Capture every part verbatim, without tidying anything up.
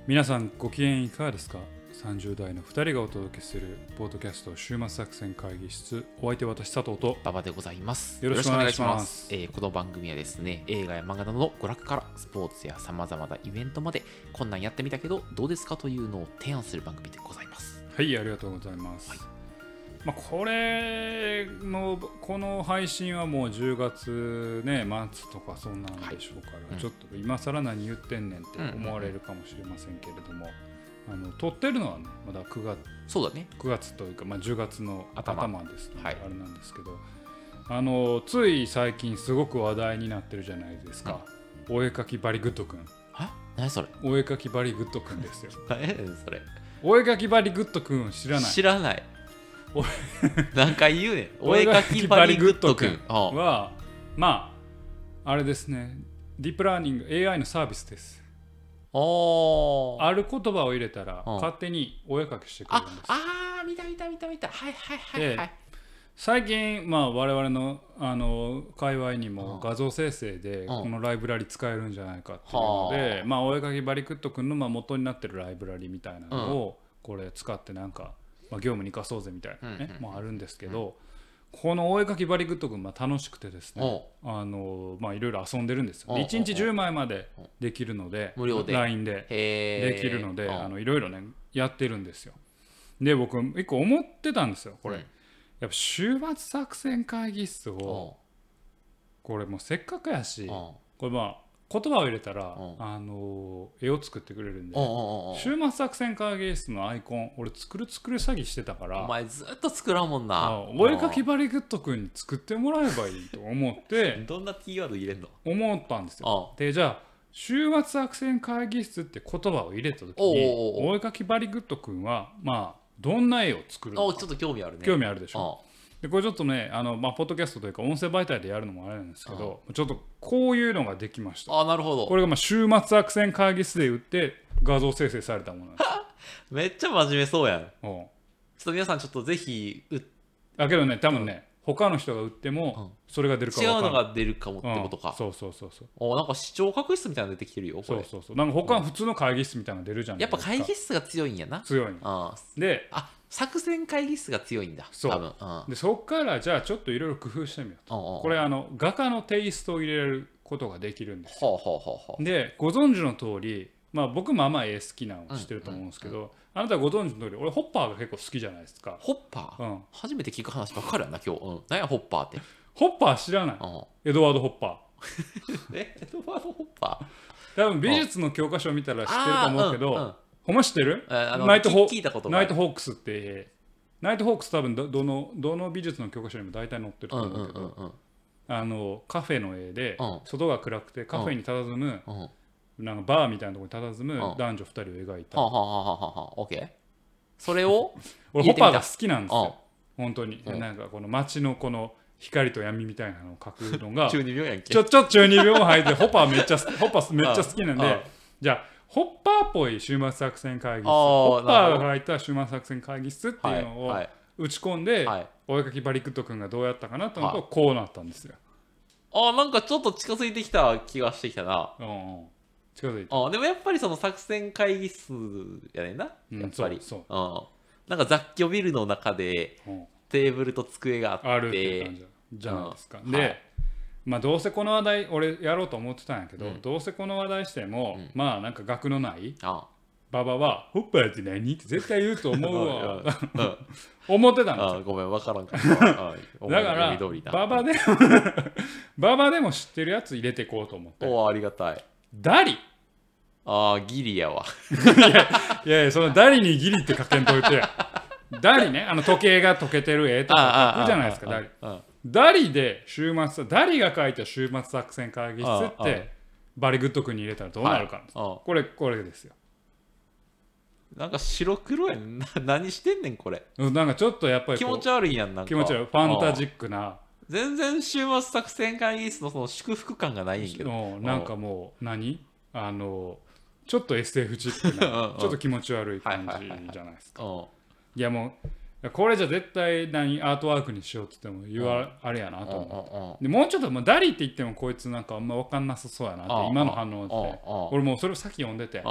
皆さんご機嫌いかがですか？さんじゅう代のふたりがお届けするポッドキャスト週末作戦会議室、お相手は私佐藤と馬場でございます。 よろしくお願いします。 よろしくお願いします。えーこの番組はですね、映画や漫画などの娯楽からスポーツや様々なイベントまでこんなんやってみたけどどうですかというのを提案する番組でございます。 はい、ありがとうございます。はい、まあ、これのこの配信はもうじゅうがつね末とかそんなんでしょうから、はい、うん、ちょっと今更何言ってんねんって思われるかもしれませんけれども、うんうんうん、あの撮ってるのはねまだくがつ、 そうだね、 くがつというか、まあ、じゅうがつの頭ですので、 はい、 あれなんですけど、あのつい最近すごく話題になってるじゃないですか、うん、お絵かきバリグッドくん。 え、何それ？ お絵かきバリグッドくんですよ。 何それ？ お絵かきバリグッドくん知らない？ 知らない。何回言うねん。お絵かきバリグッドくんはまああれですね、ディープラーニング エーアイ のサービスです。 おある言葉を入れたら勝手にお絵かきしてくれるんです。 ああー、見た見た見た見た。はいはいはいはい。 最近、まあ、我々 の, あの界隈にも画像生成でこのライブラリ使えるんじゃないかっていうので、まあ、お絵かきバリグッドくんのまあ元になってるライブラリみたいなのをこれ使ってなんか、まあ、業務に生かそうぜみたいなね、もあるんですけど、このお絵かきバリグッドくん、まあ、楽しくてですね、あのまあいろいろ遊んでるんですよ。いちにちじゅうまいまでできるので、 無料でライン でできるので、あのいろいろねやってるんですよ。で僕一個思ってたんですよこれ、うん、やっぱ週末作戦会議室をこれもうせっかくやし、これまあ言葉を入れたらあの絵を作ってくれるんで、週末作戦会議室のアイコン俺作る作る詐欺してたから、 お前ずっと作らんもんな。 お絵かきバリグッドくんに作ってもらえばいいと思ってどんなキーワード入れんの思ったんですよ。でじゃあ週末作戦会議室って言葉を入れた時にお絵かきバリグッドくんはまあどんな絵を作るのか。 ちょっと興味あるね。 興味あるでしょ。でこれちょっとねあの、まあ、ポッドキャストというか音声媒体でやるのもあれなんですけど、ちょっとこういうのができました。 あ、なるほど。 これがまあ週末作戦会議室で売って画像生成されたものなんですめっちゃ真面目そうやん。ちょっと皆さんちょっとぜひうだけどね多分ね、うん、他の人が売ってもそれが出るか分かんない。 違うのが出るかもってことか、 うん、そうそうそうそう。 おなんか視聴覚室みたいなの出てきてるよこれ。 そうそうそう。なんか他は普通の会議室みたいなの出るじゃないですか。 やっぱ会議室が強いんやな。 強いんで、 あ作戦会議室が強いんだ。 そう多分、うん、でそっからじゃあちょっといろいろ工夫してみようと。おうおうこれあの画家のテイストを入れることができるんですよ。ほうほうほうほう。でご存知の通り、まあ、僕もあんま絵好きなのしてると思うんですけど、うんうんうん、あなたご存知の通り俺ホッパーが結構好きじゃないですか。 ホッパー、うん、初めて聞く話ばっかりやな今日、うん、何やホッパーって。 ホッパー知らない、うん、エドワード・ホッパーえエドワード・ホッパー多分美術の教科書を見たら知ってると思うけど、うんうん、ほんま知ってる？ あのナイトホ聞いたことナイトホークスってナイトホークス多分 ど, ど, のどの美術の教科書にも大体載ってると思うけど、うんうんうんうん、あのカフェの絵で、うん、外が暗くてカフェに佇む、うんうん、なんかバーみたいなところに佇む男女ふたりを描いた、 うん、ははははは OK それを俺ホッパーが好きなんですよ、うん、本当に、うん、なんかこの街のこの光と闇みたいなのを描くのが中二病やんけ。 ちょちょ中二病も入ってホッパーめっちゃホッパーめっちゃ好きなんで、じゃあホッパーっぽい週末作戦会議室、ホッパーが書いた週末作戦会議室っていうのを、はいはい、打ち込んで、はい、お絵かきバリグッドくんがどうやったかなと思うと、はい、こうなったんですよ。 あなんかちょっと近づいてきた気がしてきたな。うん、 近づいてあでもやっぱりその作戦会議室やねんな、うん、やっぱりそうそう、うん、なんか雑居ビルの中で、うん、テーブルと机があってあるっていう感じじゃないですか、うん、で、はい、まあどうせこの話題俺やろうと思ってたんやけど、うん、どうせこの話題しても、うん、まあなんか学のないあババはホッパーって何って絶対言うと思うわ思ってたんですよ。 あごめん分からんかっただからババでもババでも知ってるやつ入れていこうと思って。 おありがたい。 ダリあギリやわいやいやいやそのダリにギリって書けんといてダリねあの時計が溶けてる絵とか書くじゃないですか。ダリダリで週末ダリが書いた週末作戦会議室ってバリグッド君に入れたらどうなるかんです、はい、これこれですよ。 なんか白黒やんな何してんねんこれ。 なんかちょっとやっぱり気持ち悪いやん。なんか気持ち悪いファンタジックな全然週末作戦会議室のその祝福感がないんやけどなんかもう何あのちょっと エスエフ チックなちょっと気持ち悪い感じじゃないですか。いやもうこれじゃ絶対何アートワークにしようって言っても言わあれやなと思う。でもうちょっともうダリって言ってもこいつなんかあんま分かんなさそうやなって今の反応って俺もうそれをさっき読んでて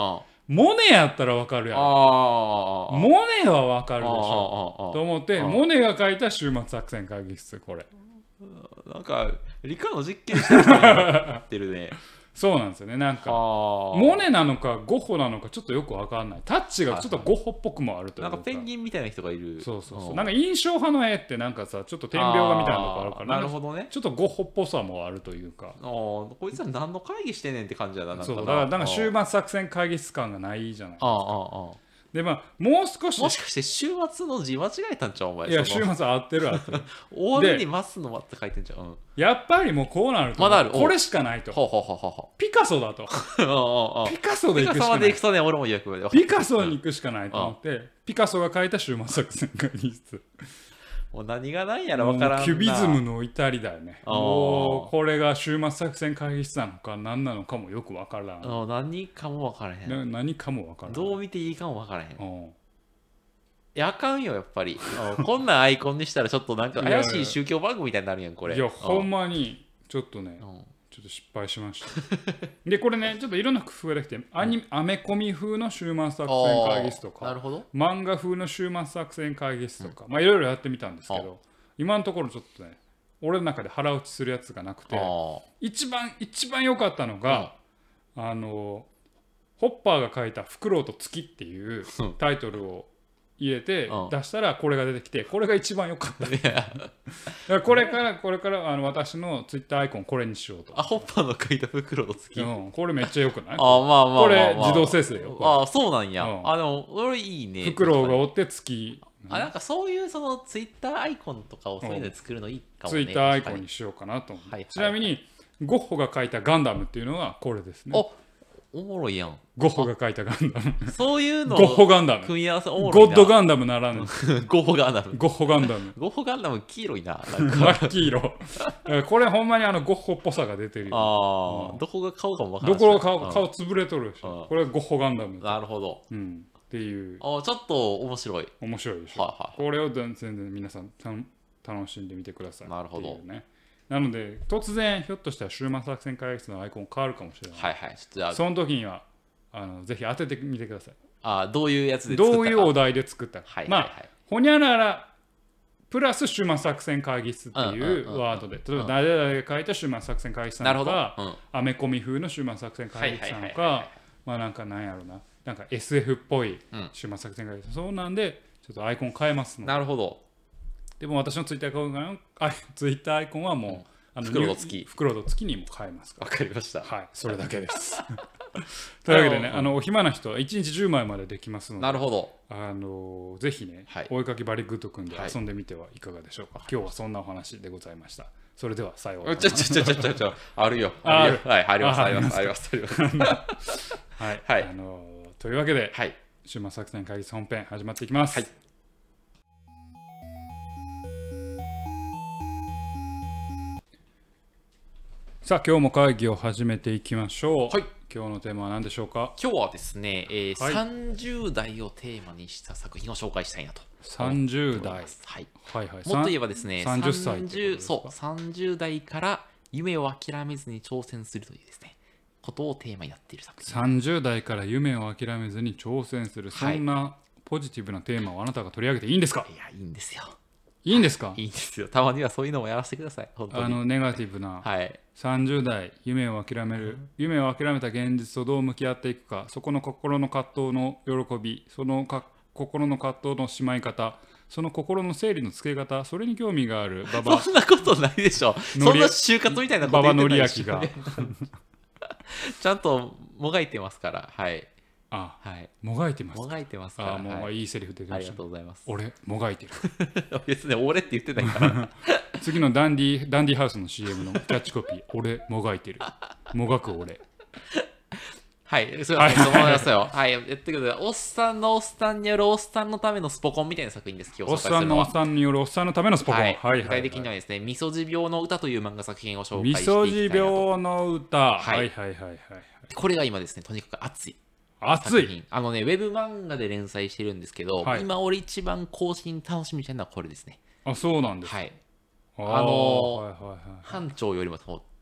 モネやったらわかるやろ。 ああ。 モネはわかるでしょと思って、モネが書いた終末作戦会議室、これ。 なんか理科の実験してる人になってるね。 そうなんですよね。なんかモネなのかゴッホなのかちょっとよくわかんない。タッチがちょっとゴッホっぽくもあるというか、 なんかペンギンみたいな人がいる。 そうそうそう。なんか印象派の絵ってなんかさ、ちょっと点描画みたいなとこあるから、 なるほどね。 ちょっとゴッホっぽさもあるというか。 ああ、こいつは何の会議してんねんって感じだな。 そうだからなんか終末作戦会議室感がないじゃないですか。 ああああ。 でまあもう少しもしかして週末の字間違えたんちゃうお前。 いや週末合ってる合ってる。 終わるにますのまって書いてんじゃん。うん、 やっぱりもうこうなると、 まだあるこれしかないと。 ほうほうほうほうほう。 ピカソだと。ピカソで行くしかない。ピカソまで行くとね、俺も役で。ピカソに行くしかないと思って、ピカソが書いた終末作戦会議室。 もう何が何やら分からんな。 キュビズムの至りだよね。もうこれが終末作戦会議室なのか何なのかもよく分からん。 何かも分からへん。 何かも分からん。 どう見ていいかも分からへん。いやあかんよやっぱり。こんなアイコンにしたらちょっとなんか怪しい宗教番組みたいになるやんこれ。 いやほんまにちょっとね、ちょっと失敗しました。でこれねちょっといろんな工夫ができて、アニアメコミ風の終末作戦会議室とか、 なるほど、 漫画風の終末作戦会議室とか、まあいろいろやってみたんですけど、今のところちょっとね俺の中で腹落ちするやつがなくて、一番一番良かったのが、あのホッパーが書いた「フクロウと月」っていうタイトルを入れて出したらこれが出てきて、これが一番良かった。だからこれからこれからあの私のツイッターアイコンこれにしようと。 あ、ホッパーの書いた袋の月、 うん、これめっちゃ良くない？ あ、まあまあまあ、まあ、 これ自動生成よ。 あ、そうなんや、うん、あ、でも俺いいね。 フクロウがおって月、 うん、あ、なんかそういうそのツイッターアイコンとかをそういうので作るのいいかもね。 ツイッターアイコンにしようかなと思う、はいはい、ちなみにゴッホが書いたガンダムっていうのはこれですね。 おもろいやん。 ゴッホが書いたガンダム。 そういうのゴッホガンダム。 組み合わせおもろいな。ゴッドガンダムならぬ。 ゴッホガンダム。 ゴッホガンダム。 ゴッホガンダム黄色いな。 なんか真っ黄色。これほんまにあのゴッホっぽさが出てるよ。 ああ、うん、どこが顔かもわからない。どこが顔、顔潰れとるでしょ。これゴッホガンダム。 なるほど。 うん。っていう。 あ、ちょっと面白い。 面白いでしょ。はいはい、これを全然皆さん楽しんでみてください。 なるほど。 なので突然ひょっとしたら終末作戦会議室のアイコン変わるかもしれない。 はいはい。 じゃあその時にはあのぜひ当ててみてください。 あ、どういうやつで作ったか。 どういうお題で作ったか。 はいはいはい、 まあほにゃららプラス終末作戦会議室っていうワードで、例えば誰々が書いた終末作戦会議室なのか、うん、アメコミ風の終末作戦会議室なのか、まあなんかなんやろな、なんか エスエフ っぽい終末作戦会議室、うん、そうなんでちょっとアイコン変えますので。 なるほど。 でも私のツイッターアイコンあツイッターアイコンはもう、うん、あの袋と月袋と月にも変えますから。 わかりました。 はい、それだけです。というわけでね、あのお暇な人はいちにちじゅうまいまでできますので、 なるほど。 あのぜひね、はい、お絵かきバリグッド君で遊んでみてはいかがでしょうか。はい、今日はそんなお話でございました。それではさようなら。 ちょちょちょちょちょちょあるよ。あるよ。はい、ありますありますありますあります。 はいはい。あのというわけで、はい、終末作戦会議室本編始まっていきます。はい。さあ今日も会議を始めていきましょう。はい、今日のテーマは何でしょうか。 今日はですね、えーはい、さんじゅう代をテーマにした作品を紹介したいなと。 さんじゅう代、はい、 はいはい、もっと言えばですね、 さんじゅっさいそうさんじゅう代から夢を諦めずに挑戦するというですねことをテーマにやっている作品。 さんじゅう代から夢を諦めずに挑戦する、そんなポジティブなテーマをあなたが取り上げていいんですか。 いや、いいんですよ。 いいんですか。 いいんですよ。たまにはそういうのもやらせてください。本当にあのネガティブな、 はい、 さんじゅう代夢を諦める、うん、夢を諦めた現実とどう向き合っていくか、そこの心の葛藤の喜び、そのか心の葛藤のしまい方、その心の整理のつけ方、それに興味があるババそんなことないでしょ。そんな就活みたいなこと言ってないでしょ。 ババ典明がちゃんともがいてますから。はい。 あ、 はい、 もがいてます。 もがいてますから。 あ、もう、はい、いいセリフ出てました。 ありがとうございます。 俺もがいてる。 別に俺って言ってないから次のダンディダンディハウスの シーエム のキャッチコピー、俺もがいてる。もがく俺。 はい、そうです思いますよ。はい、やってください。おっさんのおっさんによるおっさんのためのスポコンみたいな作品です。今日おっさんのおっさんによるおっさんのためのスポコン。はい、 はい、具体的にはですね、みそじ病の歌という漫画作品を紹介していきたいなと。 みそじ病の歌。はいはいはいはいはい。 これが今ですね、とにかく熱い。 熱い。 あのね、ウェブ漫画で連載してるんですけど、はい、今俺一番更新楽しみにしてるのはこれですね。 あ、そうなんです。 はい。あのーはいはいはい、班長よりも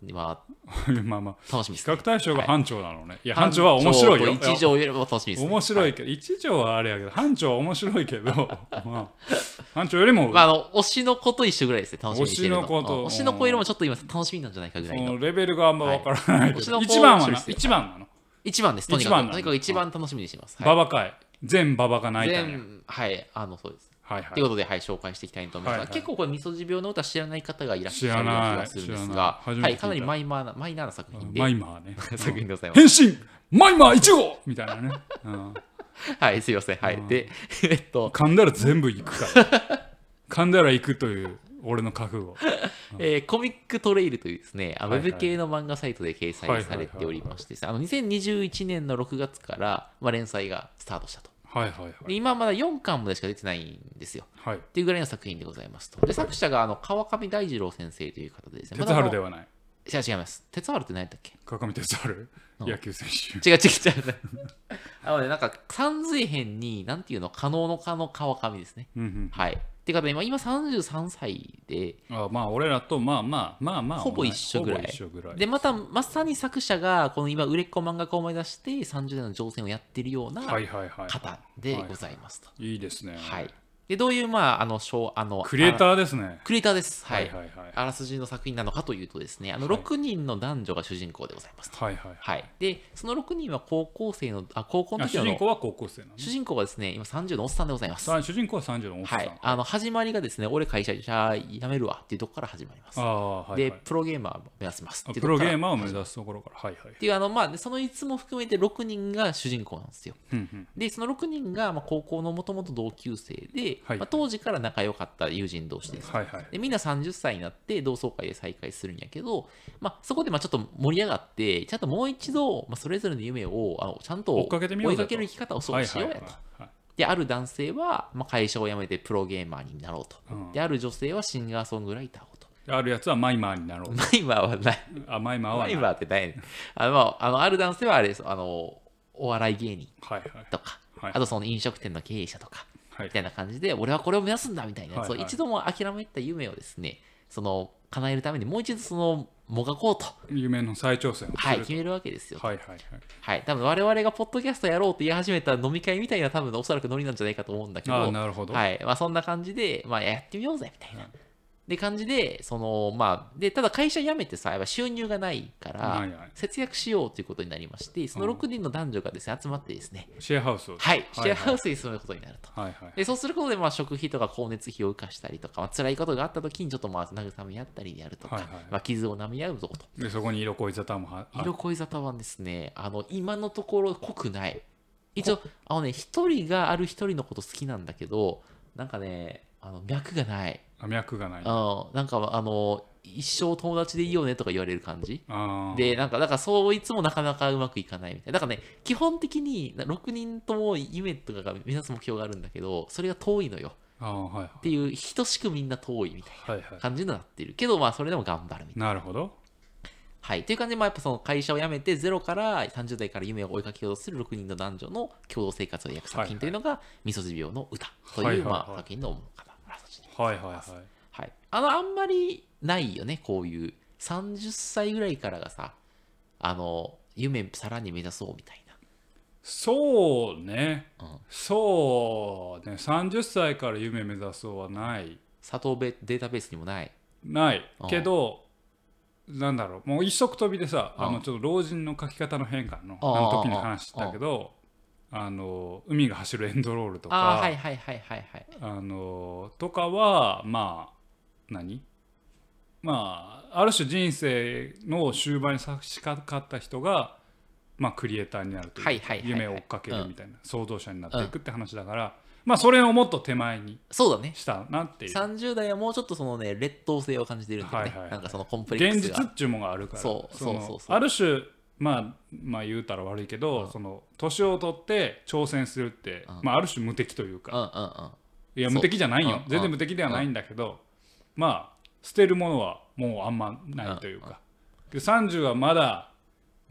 はまあまあ楽しみです、 比較対象がはい班長なのね、いや班長は面白いよ、 班長と一条よりも楽しみですね、 面白いけど、一条はあれやけど班長は面白いけどまあ班長よりも、 まあ、あの推しの子と一緒ぐらいですね、楽しみにしてるの。 推しの子とうん推しの子よりもちょっと今楽しみなんじゃないかぐらいの。 そのレベルがあんま分からないけど、 推しの子一番はな面白いですよ一番なの、 一番です、とにかく。 一番なのとにかく一番楽しみにしてます。はいババかい全ババが泣いたんや、 全はいあのそうです。 はいはいということで、はい、紹介していきたいと思いますが、 はいはい結構これ、みそじ病の歌知らない方がいらっしゃるよう知らなない気がするんです知らが、 ない初めて聞いたはい、かなりマイマーなマイナーな作品で、 マイマーね作品でございます。 変身マイマーいち号みたいなね、うんはい、すいません。はい。で、えっと、 噛んだら全部いくから噛んだらいくという俺の覚悟、 えーコミックトレイルというですね、あウはいはいェブ系の漫画サイトで掲載されておりまして、あのにせんにじゅういちねんのろくがつから、まあ、連載がスタートしたと。 はいはいはいで今まだよんかんまでしか出てないんですよ。 はいっていうぐらいの作品でございますと。で、作者があの川上大二郎先生という方でですね。 鉄春でははない、 違う違います。鉄春って何やったっけ川上鉄春うん野球選手違う違う違う。あのね、なんか、三髄編に、なんていうの、可能の可の川上ですね。 うんうんはい。っていう方で、今今さんじゅうさんさいで、 あまあ俺らとまあまあまあまあほぼ一緒ぐらいほぼ一緒ぐらいで、また、まさに作者が、この今、売れっ子漫画家を思い出して、さんじゅう代の挑戦をやってるようなはいはいはい方でございますと。 いいですね、 はい。で、どういう、まあ、あの、小あのクリエイーターですね、 クリエイターです。はい。 はいはいはいあらすじの作品なのかというとですね、あの、 はいろくにんの男女が主人公でございますと。 はいはいはい。で、そのろくにんは高校生の、あ、高校のあ時の主人公は高校生なのね主人公がですね、今さんじゅうのおっさんでございます。 さ主人公はさんじゅうのおっさん、 はい。あの、始まりがですね、俺会社辞めるわっていうとこから始まります。 ああはいはいで、プロゲーマーを目指しますっていうプロゲーマーマーを目指すところからはいはいっていう、あの、まあ、でそのいつも含めてろくにんが主人公なんですよ。 うんうんで、そのろくにんが、まあ、高校のもともと同級生で、 はいまあ、当時から仲良かった友人同士です。 はいはいでみんなさんじゅっさいになって同窓会で再会するんやけど、まあ、そこでまあちょっと盛り上がってちゃんともう一度、まあ、それぞれの夢をあのちゃんと追っかけてみようぜと追いかける生き方をそうしようやと。 はいはいはいである男性は、まあ、会社を辞めてプロゲーマーになろうと。 うんである女性はシンガーソングライターをと。 あるやつはマイマーになろうマイマーはない。 あマイマーはないマイマーってないね。あの、まあ、あのある男性はあれですあのお笑い芸人はいはいとか、 はいあとその飲食店の経営者とか、 はいみたいな感じで、俺はこれを目指すんだみたいな、 はいはいそう一度も諦めた夢をですね、その叶えるためにもう一度そのもがこうと、 夢の再挑戦をするはい、決めるわけですよ。 はいはいはいはい、多分我々がポッドキャストやろうって言い始めた飲み会みたいな多分おそらくノリなんじゃないかと思うんだけど、 ああなるほどはい、まあそんな感じで、まあやってみようぜみたいな。で感じで、そのまあ、でただ会社辞めてさ、やっぱ収入がないからないない、 節約しようということになりまして、そのろくにんの男女がですね、集まってですね、 シェアハウスをはい、シェアハウススに住むことになると。 はいはいでそうすることで、まあ、食費とか光熱費を浮かしたりとか、まあ辛いことがあったときにちょっとまあ慰め合ったりやるとか、 はいはいまあ、傷を舐め合うぞと。 でそこに色恋沙汰もはあ色恋沙汰はですね、あの今のところ濃くない。一応、あのね、一人がある一人のこと好きなんだけど、なんかね、あの脈がない。 あ脈がないあなんかあの一生友達でいいよねとか言われる感じあーでなんかだからそいつもなかなかうまくいかないみたいなだからね基本的にろくにんとも夢とかが目指す目標があるんだけどそれが遠いのよあーはいっていう等しくみんな遠いみたいはいはいな感じになってるけどまあそれでも頑張るみたいななるほどはいという感じでまあやっぱその会社を辞めてゼロからさんじゅう代から夢を追いかけようとするろくにんの男女の共同生活を描く作品というのが「みそじ病の歌」とはいいうはいはいまあ作品の主なあらすじではいはいはいはい、あのあんまりないよねこういうさんじゅっさいぐらいからがさあの夢さらに目指そうみたいなそうね、 うんそうねさんじゅっさいから夢目指そうはない佐藤ベデータベースにもないないうんけどなんだろうもう一足飛びでさうんあのちょっと老人の書き方の変化のうんあの時に話したけどあの海が走るエンドロールとかああはいはいはいはいはいあのとかはまあ何まあある種人生の終盤に差し掛かった人が、まあ、クリエイターになるというかはいはいはいはい夢を追っかけるみたいな、創造者になっていくって話だから、まあそれをもっと手前にそうだねしたなっていうさんじゅう代はもうちょっとそのね劣等性を感じてるんだよね、 はいはいはいなんかそのコンプレック現スが実っちゅうものがあるからそうそうのそうそうある種まあまあ言うたら悪いけど、 うんその年を取って挑戦するって、 うんまあある種無敵といううんか、 うんうんいやそう無敵じゃないよ、 うん全然無敵ではないんだけど、まあ捨てるものはもうあんまないというか、でさんじゅうはまだ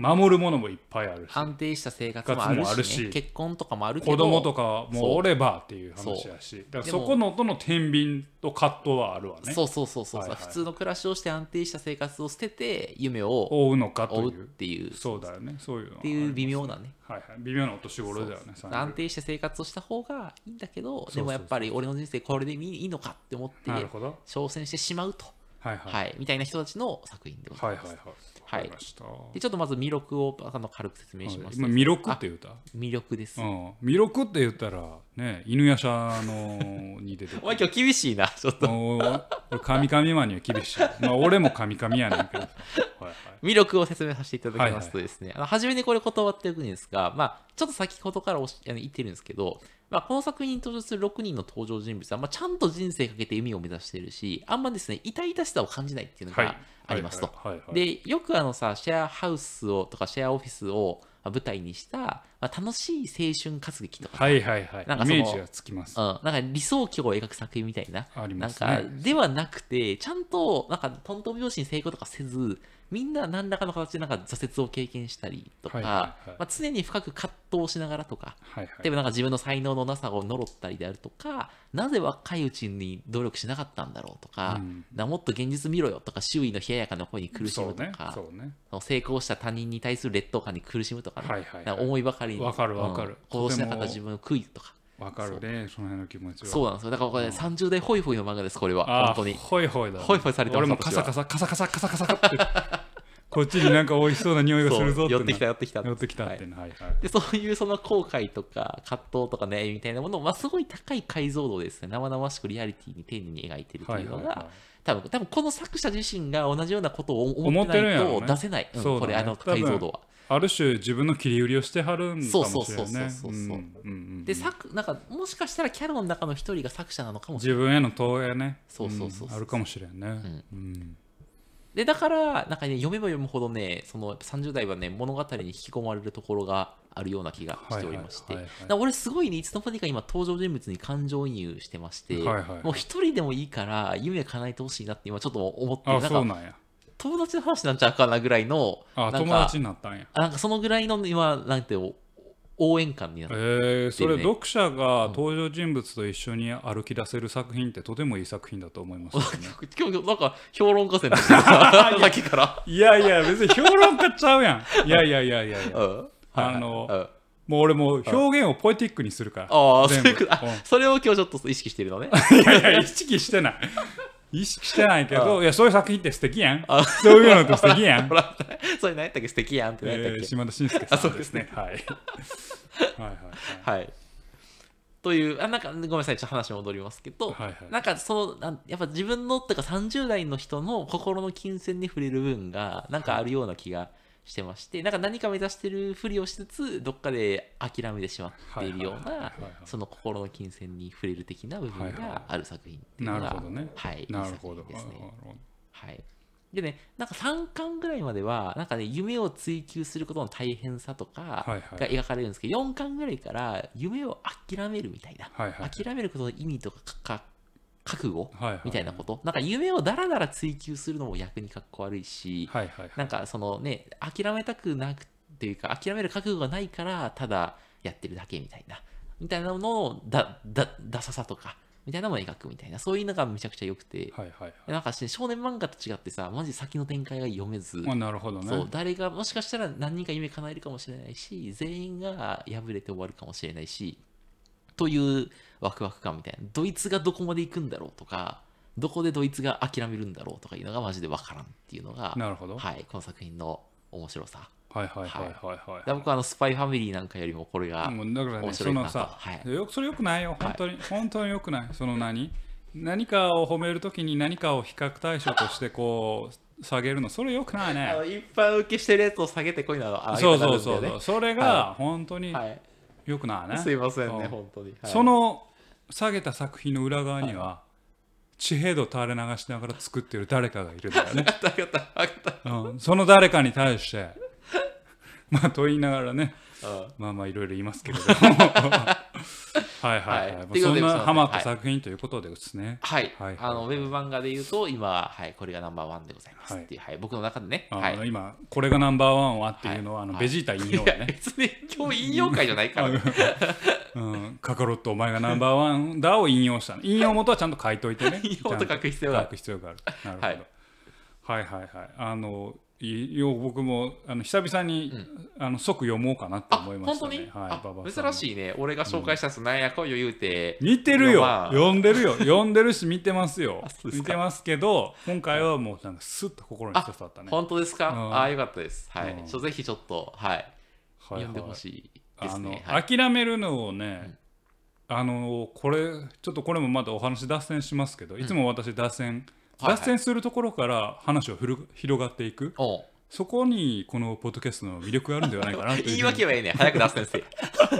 守るものもいっぱいあるし、 安定した生活もあるし,、ね、 あるし結婚とかもあるけど子供とかもおればっていう話やし、だからそこのとの天秤と葛藤はあるわね。 そうそうそうそう、はいはい、普通の暮らしをして安定した生活を捨てて夢を追うのかという追うっていうそうだよね、そういうのっていう微妙なね、 はいはい、微妙なお年頃だよね。 そう安定した生活をした方がいいんだけど、でもやっぱり俺の人生これでいいのかって思って挑戦してしまうと、はいはいはい、みたいな人たちの作品でございます。はいはいはいはい、でちょっとまず魅力をあの軽く説明します、 ね、今魅力って言った？ 魅力です、 うん、魅力って言ったらね、犬夜叉のに出てくるお前今日厳しいなちょっと俺神々マンには厳しい、まあ、俺も神々やねんけどはいはい、 魅力を説明させていただきますとですね、はいはい、あの初めにこれ断っておくんですが、まあ、ちょっと先ほどからおし言ってるんですけど、まあ、この作品に登場するろくにんの登場人物は、まあ、ちゃんと人生かけて夢を目指しているし、あんまですね痛々しさを感じないっていうのがありますと。でよくあのさシェアハウスをとかシェアオフィスを舞台にした、まあ、楽しい青春活劇とか、 はいはいはい、なんかイメージがつきます、 うん、なんか理想郷を描く作品みたいな、 ありますね、 なんかではなくてちゃんとなんかトントン拍子に成功とかせず、みんな何らかの形でなんか挫折を経験したりとか、はいはいはい、まあ、常に深く葛藤しながらとか、はいはい、例えばなんか自分の才能のなさを呪ったりであるとか、なぜ若いうちに努力しなかったんだろうとか、うん、なもっと現実見ろよとか、周囲の冷ややかな声に苦しむとか、そうねそうね、成功した他人に対する劣等感に苦しむとかね、はいはいはい、思いばかりにわかるわかる、 うん、行動しなかった自分を悔いとか。 わかるね、その辺の気持ちは。 そうなんですよ。だからこれ、うん、さんじゅう代ホイホイの漫画です、これは。本当に。 ホイホイだ、ね。 ホイホイされてます。 俺もカサカサカサカサカサカサってこっちになんか美味しそうな匂いがするぞって。 寄ってきた寄ってきた。 寄ってきたってね、はいはい、 でそういうその後悔とか葛藤とか悩みみたいなものを、まあ、すごい高い解像度でですね、生々しくリアリティに丁寧に描いているというのが、はいはいはい、多分多分この作者自身が同じようなことを思ってないと出せない、ね、うん、これあの解像度は。 ある種自分の切り売りをしてはるんかもしれないね。そうそうそうそうそう。 で作なんかもしかしたらキャラの中の一人が作者なのかもしれない。 自分への投影ね。 そうそうそうそう、 うん、あるかもしれんね。うんうん、でだからなんかね、読めば読むほどね、そのさんじゅう代はね物語に引き込まれるところがあるような気がしておりまして、俺すごいね、いつの間にか今登場人物に感情移入してまして、はいはいはい、もう一人でもいいから夢叶えてほしいなって今ちょっと思ってる。 あ、そうなんや。 友達の話なんちゃうかなぐらいの、 ああ、友達になったんや。 なんかそのぐらいの今なんて応援感になって、ね、 えー、それ読者が登場人物と一緒に歩き出せる作品ってとてもいい作品だと思いますよね。 今日なんか評論家戦でしたさっきからいやいや別に評論家ちゃうやん。いやいやいやいやいや、うん、あの、はいはい、もう俺も表現をポエティックにするから。 ああ、そういうこと。それを今日ちょっと意識してるのね。 いやいや意識してない。意識してないけど、いやそういう作品って素敵やん。そういうのって素敵やん。 それ何やったっけ、素敵やんって何やったっけ、 えー、島田紳介さんですね。はい。はいはいはい。はい。という、あなんかごめんなさい、ちょっと話戻りますけど、はいはい、なんかそのやっぱ自分のってかさんじゅう代の人の心の金銭に触れる部分がなんかあるような気がしてまして、なんか何か目指してるふりをしつつどっかで諦めてしまっているようなその心の金銭に触れる的な部分がある作品っていうのが、 なるほどね、 はい、 なるほどですね。はい。でね、なんかさんかんぐらいまではなんかね夢を追求することの大変さとかが描かれるんですけど、よんかんぐらいから夢を諦めるみたいな、はいはい、諦めることの意味とかか覚悟みたいなこと、はいはい、なんか夢をだらだら追求するのも逆にかっこ悪いし、はいはいはい、なんかそのね諦めたくなくっていうか諦める覚悟がないからただやってるだけみたいなみたいなののだだダサさとかみたいなのを描くみたいな、そういうのがめちゃくちゃ良くて、はいはいはい、なんか少年漫画と違ってさ、マジ先の展開が読めず、 あ、なるほどね、 そう誰がもしかしたら何人か夢叶えるかもしれないし、全員が敗れて終わるかもしれないしというワクワク感みたいな、ドイツがどこまで行くんだろうとか、どこでドイツが諦めるんだろうとかいうのがマジで分からんっていうのが、 なるほど、 はい、この作品の面白さ。 はいはいはいはいはい、 僕はあのスパイファミリーなんかよりもこれが面白いなと。 さ、はい、よそれよくないよ本当に、はい、本当によくない。その何何かを褒めるときに何かを比較対象としてこう下げるの、それよくないね。 あの一般受けしてるやつを下げてこいなの、 ね、そうそうそうそう、それが本当によくないね、はい、 すいませんね本当に、 はい、その下げた作品の裏側には、はい、地平道垂れ流しながら作っている誰かがいるんだよねうん、その誰かに対してまあと言いながらね、ああまあまあいろいろ言いますけれどもはいはいはい、そんなハマった作品ということでですね。 はい、はい、あのウェブ漫画で言うと今は、はい、これがナンバーワンでございますっていう、はいはい、僕の中でね、 はい、今これがナンバーワンはっていうのは、はい、あのベジータ引用ね。 別に今日引用会じゃないから、ね。 うん、カカロットお前がナンバーワンだを引用したの。引用元はちゃんと書いといてね。 引用元書く必要がある。 書く必要がある。なるほど。はい、はいはいはい。あのよ僕もあの久々に、うん、あの即読もうかなと思いましたね。 本当に、はい、ババ珍しいね。俺が紹介したやつ、なんやこいよ言うて、 うん、見てるよ。読んでるよ。読んでるし見てますよ。見てますけど、今回はもうなんかスッと心に刺さったね。 本当ですか？うん、ああよかったです。はい。うん、ぜひちょっとはい、はい、読んでほしいですね。 あの、はい、諦めるのをね、うん、あのこれちょっとこれもまたお話脱線しますけど、いつも私脱線、うん脱線するところから話を広がっていく、はいはい、そこにこのポッドキャストの魅力があるんではないかなという言い訳はええね早く脱線せ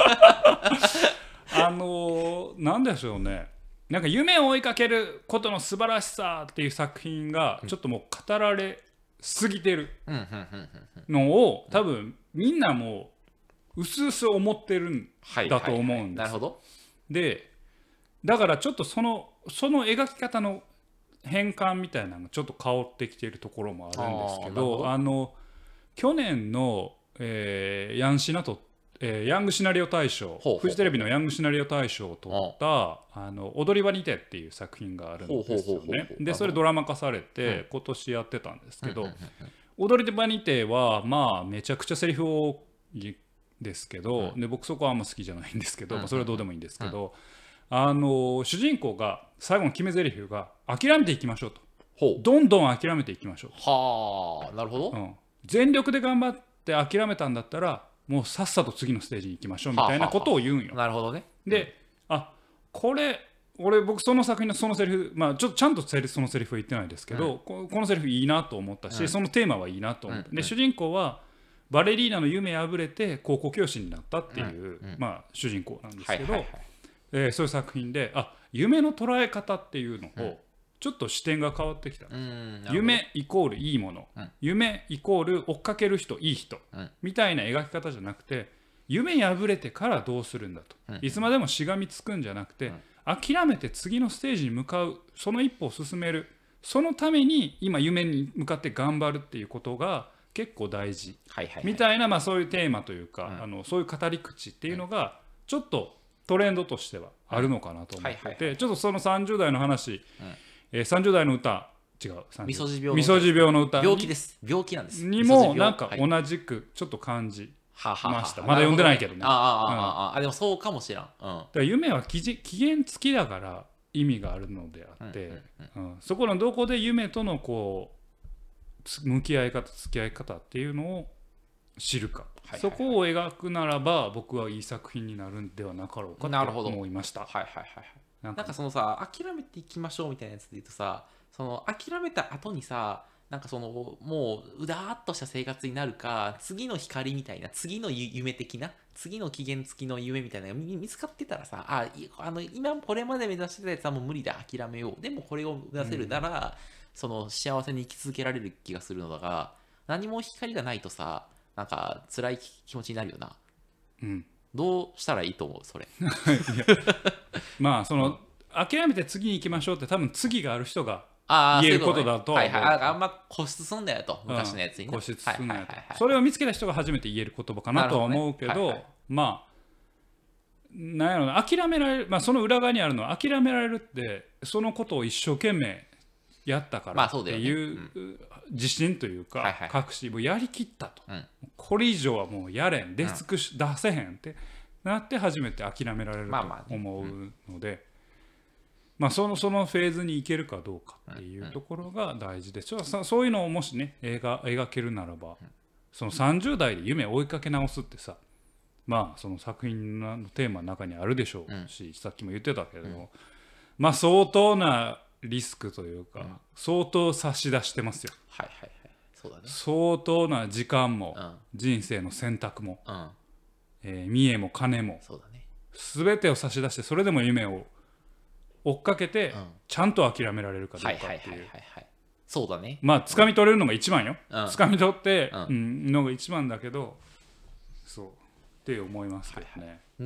あのー、なんでしょうねなんか夢を追いかけることの素晴らしさっていう作品がちょっともう語られすぎてるのを多分みんなもう薄々思ってるんだと思うんです。 なるほど。 でだからちょっとそのその描き方の変換みたいなのがちょっと変わってきているところもあるんですけど、あの去年の、えー、ヤンシナと、えー、ヤングシナリオ大賞、フジテレビのヤングシナリオ大賞を取った「あの踊り場にて」っていう作品があるんですよね。でそれドラマ化されて今年やってたんですけど、踊り場にてはまあめちゃくちゃセリフ多いですけど、で僕そこはあんま好きじゃないんですけど、まあ、それはどうでもいいんですけど、あの主人公が最後の決め台詞が諦めていきましょうと、ほうどんどん諦めていきましょうはあなるほど、 うん、全力で頑張って諦めたんだったらもうさっさと次のステージに行きましょうみたいなことを言うんよ。はあはあ、なるほどね。 で、うん、あこれ俺僕その作品のそのセリフまあちょっとちゃんとそのセリフは言ってないですけど、うん、こ, このセリフいいなと思ったし、うん、そのテーマはいいなと思って、うん、で主人公はバレリーナの夢破れて高校教師になったっていう、うんうん、まあ主人公なんですけど、はいはいはいえー、そういう作品であ夢の捉え方っていうのをちょっと視点が変わってきた、うん、夢イコールいいもの、うん、夢イコール追っかける人いい人、うん、みたいな描き方じゃなくて夢破れてからどうするんだと、うん、いつまでもしがみつくんじゃなくて、うん、諦めて次のステージに向かうその一歩を進めるそのために今夢に向かって頑張るっていうことが結構大事、はいはいはい、みたいな、まあ、そういうテーマというか、うん、あのそういう語り口っていうのがちょっとトレンドとしてはあるのかなと思ってて、はいはいはい、ちょっとそのさんじゅう代の話、うんえー、さんじゅう代の歌違うみそじ病の歌病気です病気なんですにもなんか同じくちょっと感じました、はい、まだ読んでないけどね。 ああ、うん、あでもそうかもしれん、うん、だから夢は期限付きだから意味があるのであって、うんうんうんうん、そこのどこで夢とのこう向き合い方付き合い方っていうのを知るか、はいはいはい、そこを描くならば僕はいい作品になるんではなかろうかと思いました。 はいはいはい、なんかそのさ諦めていきましょうみたいなやつで言うとさその諦めた後にさなんかそのもううだーっとした生活になるか次の光みたいな次の夢的な次の期限付きの夢みたいなのが見つかってたらさああの今これまで目指してたやつはもう無理だ諦めようでもこれを目指せるなら、うん、その幸せに生き続けられる気がするのだが何も光がないとさなんか辛い気持ちになるよな、うん、どうしたらいいと思うそれまあその、うん、諦めて次に行きましょうって多分次がある人が言えることだと、 はいはい、あんま固執すんだよと昔のやつに、ねうん、固執すんなよとそれを見つけた人が初めて言える言葉かなとは思うけど、ねはいはい、まあなんやろな諦められる、まあ、その裏側にあるのは諦められるってそのことを一生懸命やったからっていう自信というか確信、もうやりきったと、うん、これ以上はもうやれん出尽くし、うん、出せへんってなって初めて諦められると思うので、まあそのそのフェーズに行けるかどうかっていうところが大事で、うんうん、そういうのをもしね映画描けるならば、そのさんじゅう代で夢を追いかけ直すってさまあその作品のテーマの中にあるでしょうし、うん、さっきも言ってたけども、うん、まあ相当なリスクというか、うん、相当差し出してますよ。 はいはいはい、そうだね。 相当な時間も、うん、人生の選択も、うんえー、見栄も金も、そうだね。全てを差し出してそれでも夢を追っかけて、うん、ちゃんと諦められるかどうかっていう。はいはいはいはい、はい。 そうだね。 まあ掴み取れるのが一番よ。うん、掴み取って、うんうん、のが一番だけど、そうって思いますけどね。はいはい、 ね。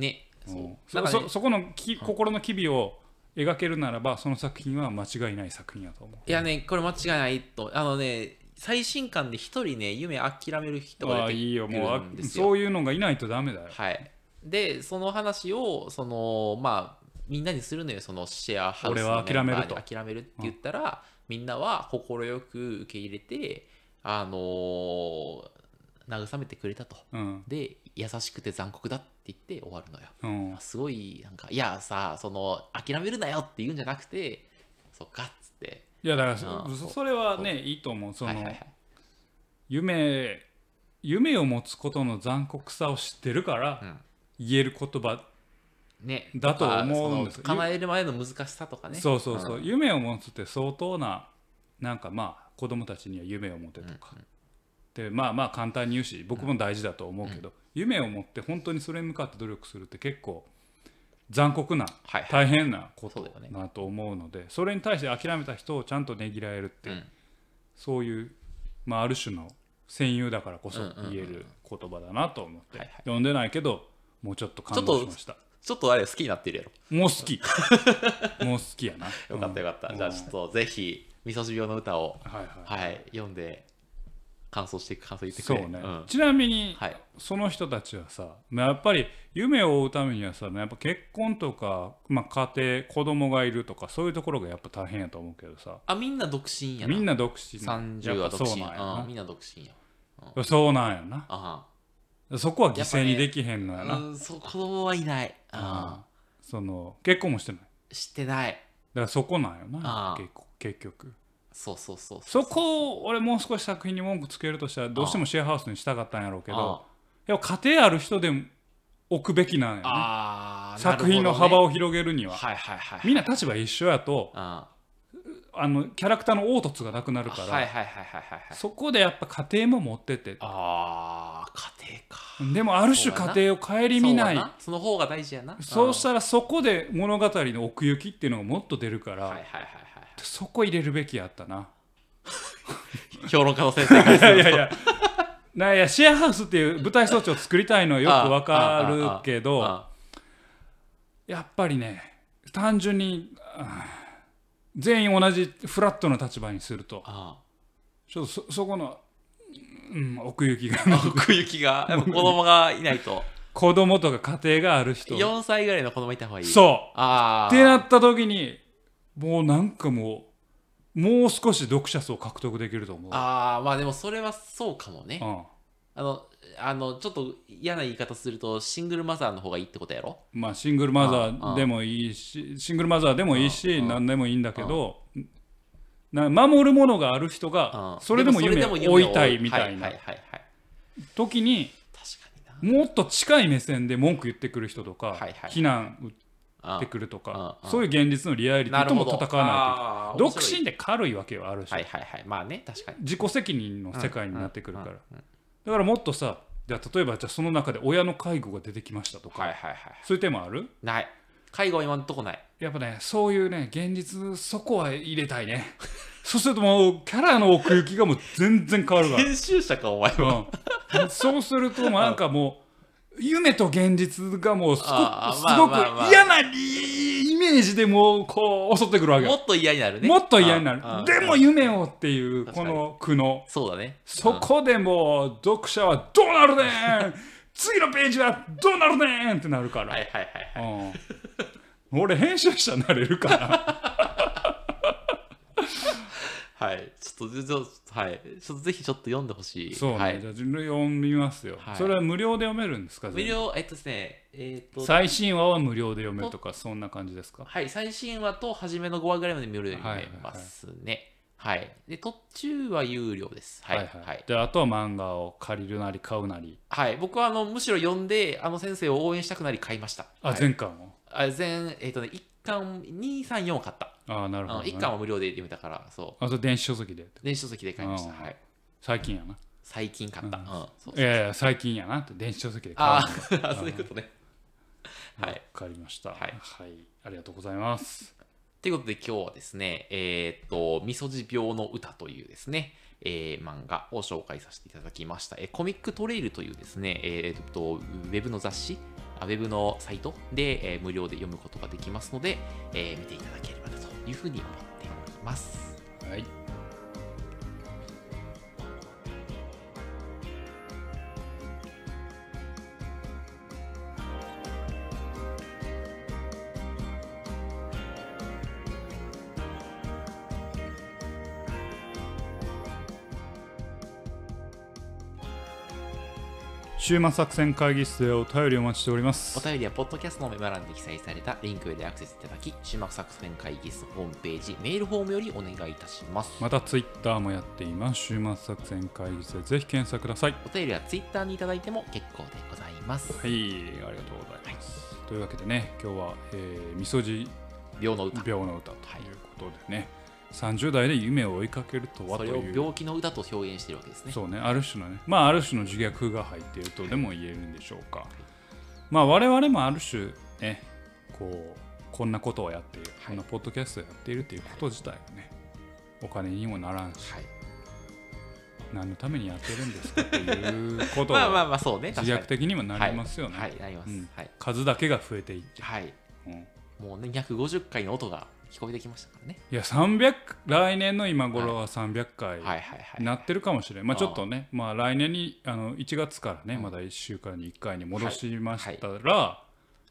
そう、 うん、そ, ね、そ, そこのき心の機微を描けるならばその作品は間違いない作品やと思う。 いやねこれ間違いないとあのね最新刊で一人ね夢諦める人が出てくるんですよ。あいいよもうそういうのがいないとダメだよ。 はいでその話をそのまあみんなにするのよそのシェアハウスのメンバーに諦めるって言ったら、うん、みんなは快く受け入れてあのー、慰めてくれたと、うん、で優しくて残酷だって言って終わるのよ、うん、すごいなんかいやさその諦めるなよって言うんじゃなくてそっかっつっていやだから、うん、そ, それはねいいと思うその、はいはいはい、夢夢を持つことの残酷さを知ってるから、うん、言える言葉ね、 だと思うんですよ。 叶える前の難しさとかね。 そうそうそう、うん、夢を持つって相当ななんかまあ子供たちには夢を持てとか、うんうん、でまあまあ簡単に言うし僕も大事だと思うけど、うん、夢を持って本当にそれに向かって努力するって結構残酷な、はいはい、大変なことだと思うので そ, う、ね、それに対して諦めた人をちゃんとねぎらえるって、うん、そういう、まあ、ある種の戦友だからこそ言える言葉だなと思って、うんうんうん、読んでないけどもうちょっと感動しました。 ちょっとあれ好きになってるやろ。もう好きもう好きやな。 よかったよかった、うん、じゃあちょっとぜひみそじ病の歌を、はいはいはい、読んで感想していく感想言ってくれ。 そうね、うん、ちなみに、はい、その人たちはさやっぱり夢を追うためにはさやっぱ結婚とか、まあ、家庭子供がいるとかそういうところがやっぱ大変やと思うけどさあみんな独身やな。 みんな独身さんじゅうは独身やな。みんな独身や、 うん、そうなんやな。あそこは犠牲にできへんのやな。 や、ね、うんそう子供はいない。 あその結婚もしてないしてない。 だからそこなんよな結, 結局そうそうそうそうそこを俺もう少し作品に文句つけるとしたらどうしてもシェアハウスにしたかったんやろうけどやっぱ家庭ある人でも置くべきなんやねあ作品の幅を広げるには、はいはいはいはい、みんな立場一緒やとああのキャラクターの凹凸がなくなるから、はいはいはいはいはい、そこでやっぱ家庭も持っててあ家庭かでもある種家庭を顧みないそ, その方が大事やな。 そうしたらそこで物語の奥行きっていうのがもっと出るから、はいはいはいはい、そこ入れるべきやったな評論家の先生からするといやいやなんやシェアハウスっていう舞台装置を作りたいのはよくわかるけどやっぱりね単純に全員同じフラットな立場にするとちょっと そ, そこの、うん、奥行きが奥行きがやっぱ子供がいないと子供とか家庭がある人よんさいぐらいの子供いた方がいい。 そうあってなった時にもうなんかもうもう少し読者層獲得できると思う。 ああまあでもそれはそうかもね、うん、あのあのちょっと嫌な言い方するとシングルマザーの方がいいってことやろ。 まあシングルマザーでもいいしシングルマザーでもいいし何でもいいんだけどな守るものがある人がそれでも夢を追いたいみたいな時にもっと近い目線で文句言ってくる人とか非難打ってくるとかそういう現実のリアリティとも戦わないといけない。独身で軽いわけはあるし、はいはいはい、まあね確かに自己責任の世界になってくるから、だからもっとさじゃあ例えばじゃあその中で親の介護が出てきましたとか、はいはいはい、そういうテーマある？ ない介護は今のとこない。 やっぱねそういうね現実そこは入れたいねそうするともうキャラの奥行きがもう全然変わるから編集者かお前は、 うん、そうするとなんかもう夢と現実がもうすごく嫌なイメージでもうこう襲ってくるわけよ。 もっと嫌になるね。 もっと嫌になる。でも夢をっていうこの苦悩。 そうだね。 そこでもう読者はどうなるねん次のページはどうなるねんってなるから。はいはいはい、はいうん、俺編集者になれるかなはい、ちょっとちょっと、はい、ちょっとぜひちょっと読んでほしい。 そうね、 はい、 じゃあ読みますよ、はい。それは無料で読めるんですか？ 無料、えっとですね、えー、っと最新話は無料で読めるとかそんな感じですか？ はい、最新話と初めのごわぐらいまで無料で読めますね。はい、はいはい、で途中は有料です。はい、はいはいはい、 であとは漫画を借りるなり買うなり。 はい、僕はあのむしろ読んであの先生を応援したくなり買いました。 あ、 はい、 全巻を？ あ、全えっ、ー、とねいっかんに、さん、よん買った。 あ、なるほど、ね、 いっかんは無料で読めたからそう。 あ、それ電子書籍で？ 電子書籍で買いました。はい。 最近やな。 最近買った。うん。うん、そうそうそういやいや最近やなって電子書籍で買う。 ああそういうことね。はい。 わかりました。はい、はい。ありがとうございます。 ということで今日はですね、えっと、みそじ病の歌というですね、えー、漫画を紹介させていただきました。えー、コミックトレイルというですね、えー、っと、ウェブの雑誌、ウェブのサイトで、えー、無料で読むことができますので、えー、見ていただければなというふうに思っております。 はい。週末作戦会議室でお便りお待ちしております。 お便りはポッドキャストのメモ欄に記載されたリンクへでアクセスいただき、週末作戦会議室ホームページメールフォームよりお願いいたします。 またツイッターもやっています。週末作戦会議室でぜひ検索ください。 お便りはツイッターにいただいても結構でございます。 はい、ありがとうございます、はい、というわけでね、今日は、えー、みそじ病の歌病の歌ということでね、はい、さんじゅう代で夢を追いかけるとはという、 それを病気の歌と表現しているわけですね。 そうね、ある種のね、まあある種の自虐が入っているとでも言えるんでしょうか。はい、まあ我々もある種ね、こうこんなことをやっている、はい、こんなポッドキャストをやっているということ自体がね、お金にもならんし、はい、何のためにやってるんですかということをまあまあまあそうね、 自虐的にもなりますよね。 はい、はい、なります、うんはい、 数だけが増えていって、 はい、うん、もうねひゃくごじゅっかいの音が聞こえてきましたからね。 いやさんびゃく、来年の今頃はさんびゃっかいになってるかもしれない。まあちょっとね、まあ来年にあのいちがつからね、うん、まだいっしゅうかんにいっかいに戻しましたら、はいはい、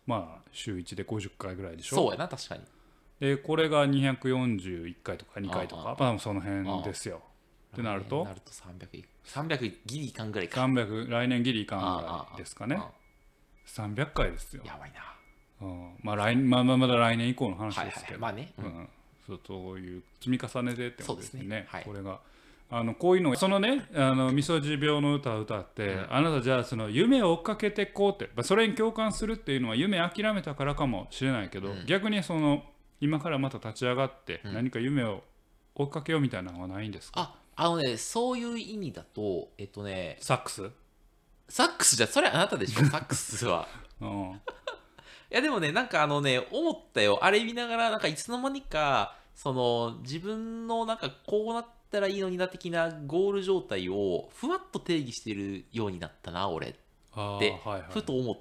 まあ週いちでごじゅっかいぐらいでしょ。 そうやな、確かに。 でこれがにひゃくよんじゅういっかいとかにかいとか、まあその辺ですよ。ってなるとなるとさんびゃく、さんびゃくギリいかんぐらいか。 さんびゃく、来年ギリいかんぐらいですかね。さんびゃっかいですよ。 やばいな。 うん、まあ来まあまだ来年以降の話ですけど、 はいはいはい、まあね、 うん、そうそういう積み重ねでってことですね。 そうですね、はい、 これがあのこういうのがそのね、あのみそじ病の歌を歌って、うん、あなたじゃあその夢を追っかけてこうって、それに共感するっていうのは夢諦めたからかもしれないけど、うん、逆にその今からまた立ち上がって何か夢を追っかけようみたいなのはないんですか？ あ、あのね、そういう意味だとえっとねサックスサックスじゃそれはあなたでしょサックスは。うんいやでもね、なんかあのね、思ったよ。あれ見ながら、なんかいつの間にか、その自分のなんかこうなったらいいのにな的なゴール状態をふわっと定義してるようになったな、俺って、はいはい、ふと思った。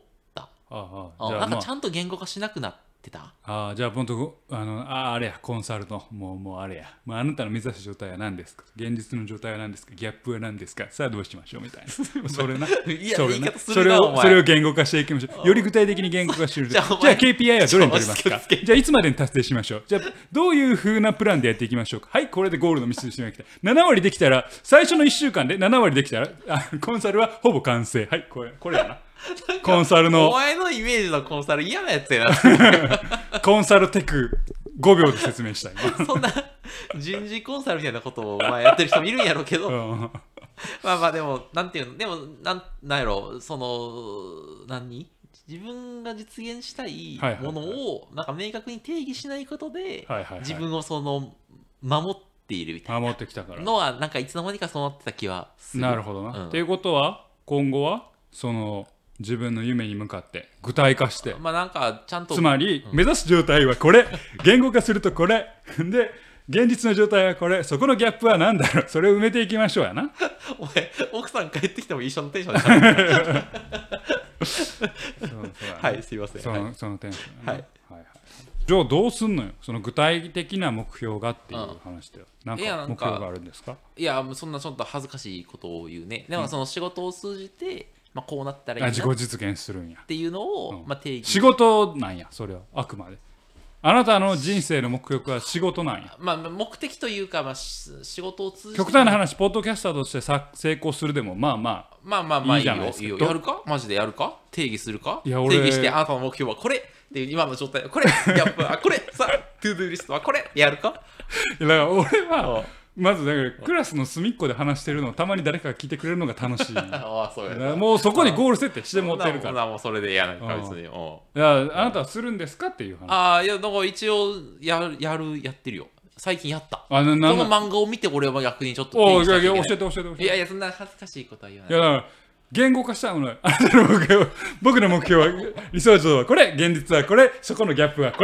ああじゃあなんかちゃんと言語化しなくなってた。 ああじゃあ本当あのああれやコンサルのもうもうあれや、まあ、あなたの目指す状態は何ですか、現実の状態は何ですか、ギャップは何ですか、さあどうしましょうみたいな。それな、 いやそれなそれをそれを言語化していきましょう。より具体的に言語化してる。じゃあ ケーピーアイ はどれに取りますか。じゃあいつまでに達成しましょう。じゃあどういう風なプランでやっていきましょうか。はい、これでゴールの道筋が来た。ななわりできたら、最初のいっしゅうかんでななわりできたら、あコンサルはほぼ完成。はい、これこれやな。コンサルのお前のイメージのコンサル嫌なやつやな。 コンサルテクごびょうで説明したい。 そんな人事コンサルみたいなことをまあやってる人もいるんやろうけど、うん、まあまあでもなんていうの、でもなんなんやろ、その何自分が実現したいものをなんか明確に定義しないことで、はいはいはい、自分をその守っているみたいな守ってきたからのはなんかいつの間にかそうなってた気はする。 なるほどな。って、うん、いうことは今後はその自分の夢に向かって具体化して、 まあなんかちゃんとつまり、うん、目指す状態はこれ、言語化するとこれで、現実の状態はこれ、そこのギャップは何だろう、それを埋めていきましょうやな。 お前奥さん帰ってきても一緒のテンションでしたそうそう、はい、すいません、 その、 はい、 そのテンション、ね、はいはいはい。じゃあどうすんのよ、その具体的な目標がっていう話では、うん、なんか目標があるんですか。 いやそんなちょっと恥ずかしいことを言うね。でもその仕事を通じて、まあ、こうなったらいいな自己実現するんやっていうのを、うんまあ、定義。 仕事なんや、それはあくまであなたの人生の目標は仕事なんや。 まあ目的というか、まあ、仕事を通じて極端な話、ポッドキャスターとしてさ成功するでもまあまあまあまあまあいいじゃないですか。いいよ、いいよ。やるか、マジでやるか、定義するか、定義してあなたの目標はこれで、今の状態これ、やっぱあこれさトゥードゥーリストはこれやるか。 だから俺はまずだからクラスの隅っこで話してるのをたまに誰かが聞いてくれるのが楽しい。ああそうや、もうそこにゴール設定して持ってるから。 もうそれでやないか別に。いやあなたはするんですかっていう話。 ああいやだから一応やるやるやってるよ。最近やった。あななこの漫画を見て俺は逆にちょっとおいやいや教えて教えて教えて。 いやいやそんな恥ずかしいことは言わない。 いやだから言語化したのあなたの目標、僕の目標は理想像はこれ、現実はこれ、そこのギャップはこれ。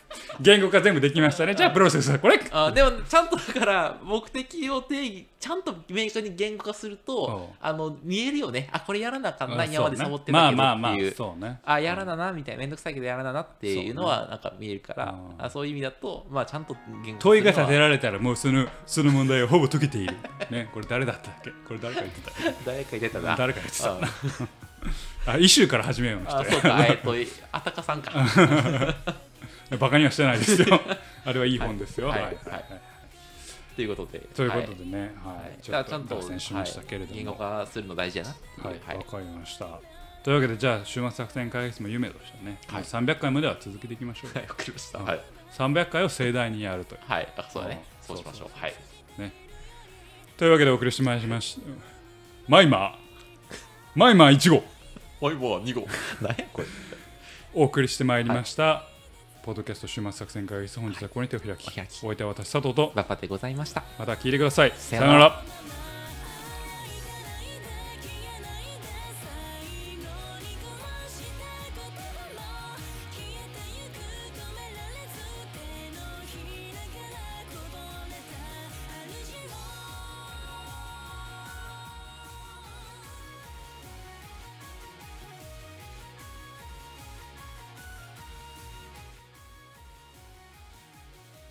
言語化全部できましたね。じゃあプロセスはこれ。 あでもちゃんとだから目的を定義ちゃんと明確に言語化するとあの見えるよね。あこれやらなあかんな今までサボってたけどっていう、 まあまあまあそうね。 あやらななみたいなめんどくさいけどやらななっていうのはなんか見えるから、そう、ね、あそういう意味だとまあちゃんと言語化問いが立てられたらもうそのその問題はほぼ解けている。ねこれ誰だったっけ？これ誰か言ってた。 誰か言ってたな。 誰か言ってた。あイシューから始めようあそうかえっとあたかさんか。 バカにはしてないですよ。あれはいい本ですよ。はい。はい。 ということで。 ということでね、はい。 じゃあちゃんと脱線しましたけれども。 言語化するの大事やな。 はい。わかりました。というわけでじゃあ週末作戦会議室も夢としてね、さんびゃっかいまでは続けていきましょう。 はい。わかりました。はい。 さんびゃっかいを盛大にやるという。 はい。あそうだね。そうしましょう。はい。 ね。というわけでお送りしましまし。マイマー。マイマーいち号。 マイマーに号。何やこれ。 お送りしてまいりました、はい、ポッドキャスト週末作戦会議室本日はここに手を開き、はい、お相手は私佐藤とバッパでございました。 また聞いてください。さよなら。